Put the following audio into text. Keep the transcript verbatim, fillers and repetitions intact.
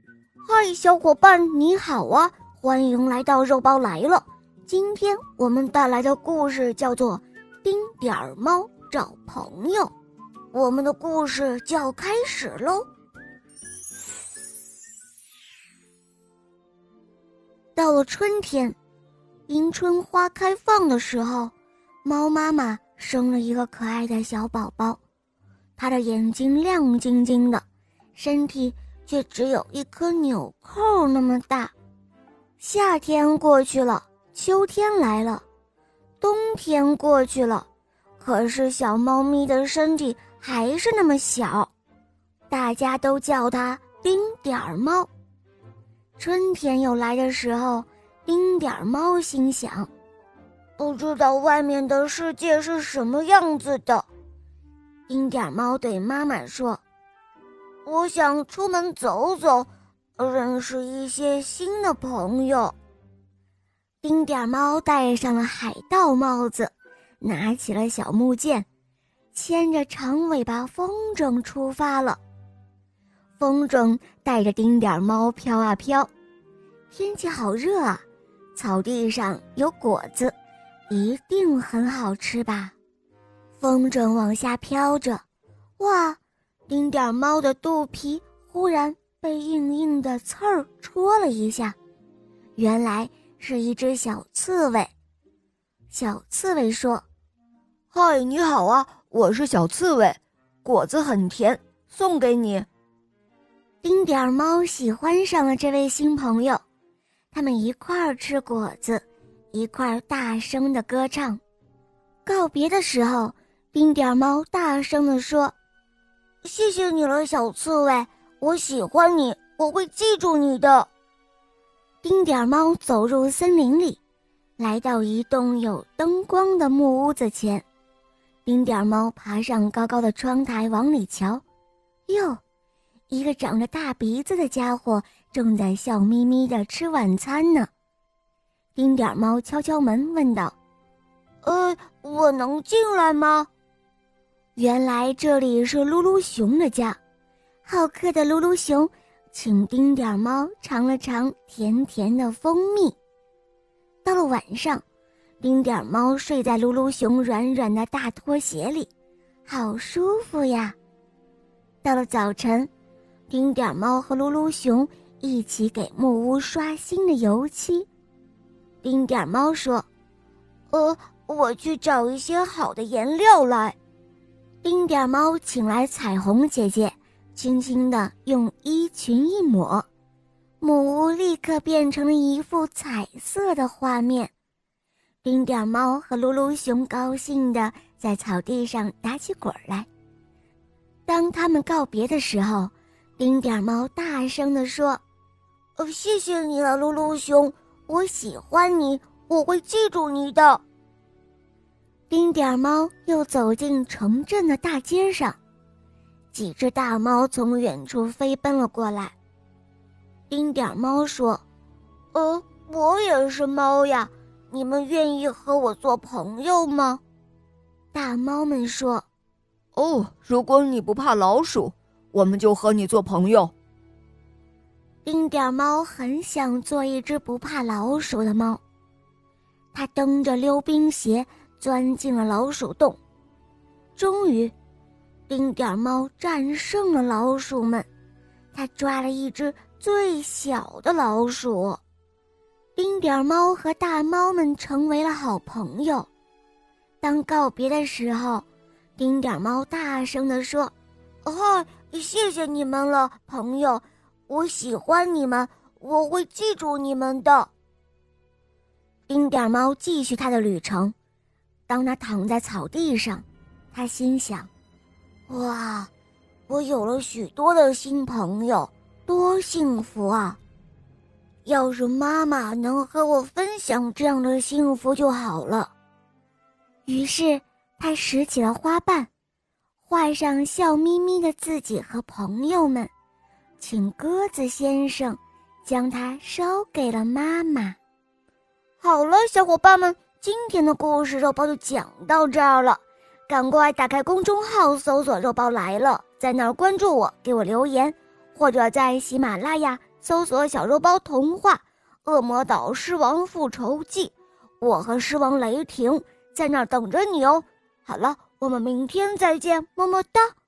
嗨，小伙伴，你好啊！欢迎来到肉包来了。今天我们带来的故事叫做《丁点儿猫找朋友》。我们的故事就要开始喽。到了春天，迎春花开放的时候，猫妈妈生了一个可爱的小宝宝。它的眼睛亮晶晶的，身体却只有一颗纽扣那么大。夏天过去了，秋天来了，冬天过去了，可是小猫咪的身体还是那么小，大家都叫它丁点儿猫。春天又来的时候，丁点儿猫心想，不知道外面的世界是什么样子的。丁点儿猫对妈妈说，我想出门走走，认识一些新的朋友。丁点儿猫戴上了海盗帽子，拿起了小木剑，牵着长尾巴风筝出发了。风筝带着丁点儿猫飘啊飘，天气好热啊，草地上有果子，一定很好吃吧。风筝往下飘着，哇，丁点儿猫的肚皮忽然被硬硬的刺儿戳了一下，原来是一只小刺猬。小刺猬说， 嗨，你好啊，我是小刺猬，果子很甜，送给你。 丁点儿猫喜欢上了这位新朋友，他们一块儿吃果子，一块儿大声地歌唱。告别的时候，丁点儿猫大声地说，谢谢你了，小刺猬，我喜欢你，我会记住你的。丁点儿猫走入森林里，来到一栋有灯光的木屋子前。丁点儿猫爬上高高的窗台往里瞧，哟，一个长着大鼻子的家伙正在笑眯眯地吃晚餐呢。丁点儿猫敲敲门问道，呃，我能进来吗？原来这里是噜噜熊的家，好客的噜噜熊请丁点儿猫尝了尝甜甜的蜂蜜。到了晚上，丁点儿猫睡在噜噜熊软软的大拖鞋里，好舒服呀。到了早晨，丁点儿猫和噜噜熊一起给木屋刷新的油漆。丁点儿猫说，呃，我去找一些好的颜料来。丁点儿猫请来彩虹姐姐，轻轻地用衣裙一抹，木屋立刻变成了一幅彩色的画面。丁点儿猫和噜噜熊高兴地在草地上打起滚来。当他们告别的时候，丁点儿猫大声地说，呃，谢谢你了，噜噜熊，我喜欢你，我会记住你的。丁点儿猫又走进城镇的大街上，几只大猫从远处飞奔了过来。丁点儿猫说，呃，我也是猫呀，你们愿意和我做朋友吗？大猫们说， 哦，如果你不怕老鼠，我们就和你做朋友。 丁点儿猫很想做一只不怕老鼠的猫，它蹬着溜冰鞋钻进了老鼠洞。终于，丁点儿猫战胜了老鼠们，它抓了一只最小的老鼠。丁点儿猫和大猫们成为了好朋友。当告别的时候，丁点儿猫大声地说，嗨，谢谢你们了，朋友，我喜欢你们，我会记住你们的。丁点儿猫继续它的旅程。当它躺在草地上，它心想，哇，我有了许多的新朋友，多幸福啊！要是妈妈能和我分享这样的幸福就好了。于是他拾起了花瓣，画上笑眯眯的自己和朋友们，请鸽子先生将它捎给了妈妈。好了，小伙伴们，今天的故事肉包就讲到这儿了。赶快打开公众号搜索肉包来了，在那儿关注我，给我留言，或者在喜马拉雅搜索小肉包童话《恶魔岛狮王复仇记》，我和狮王雷霆在那儿等着你哦。好了，我们明天再见，么么哒。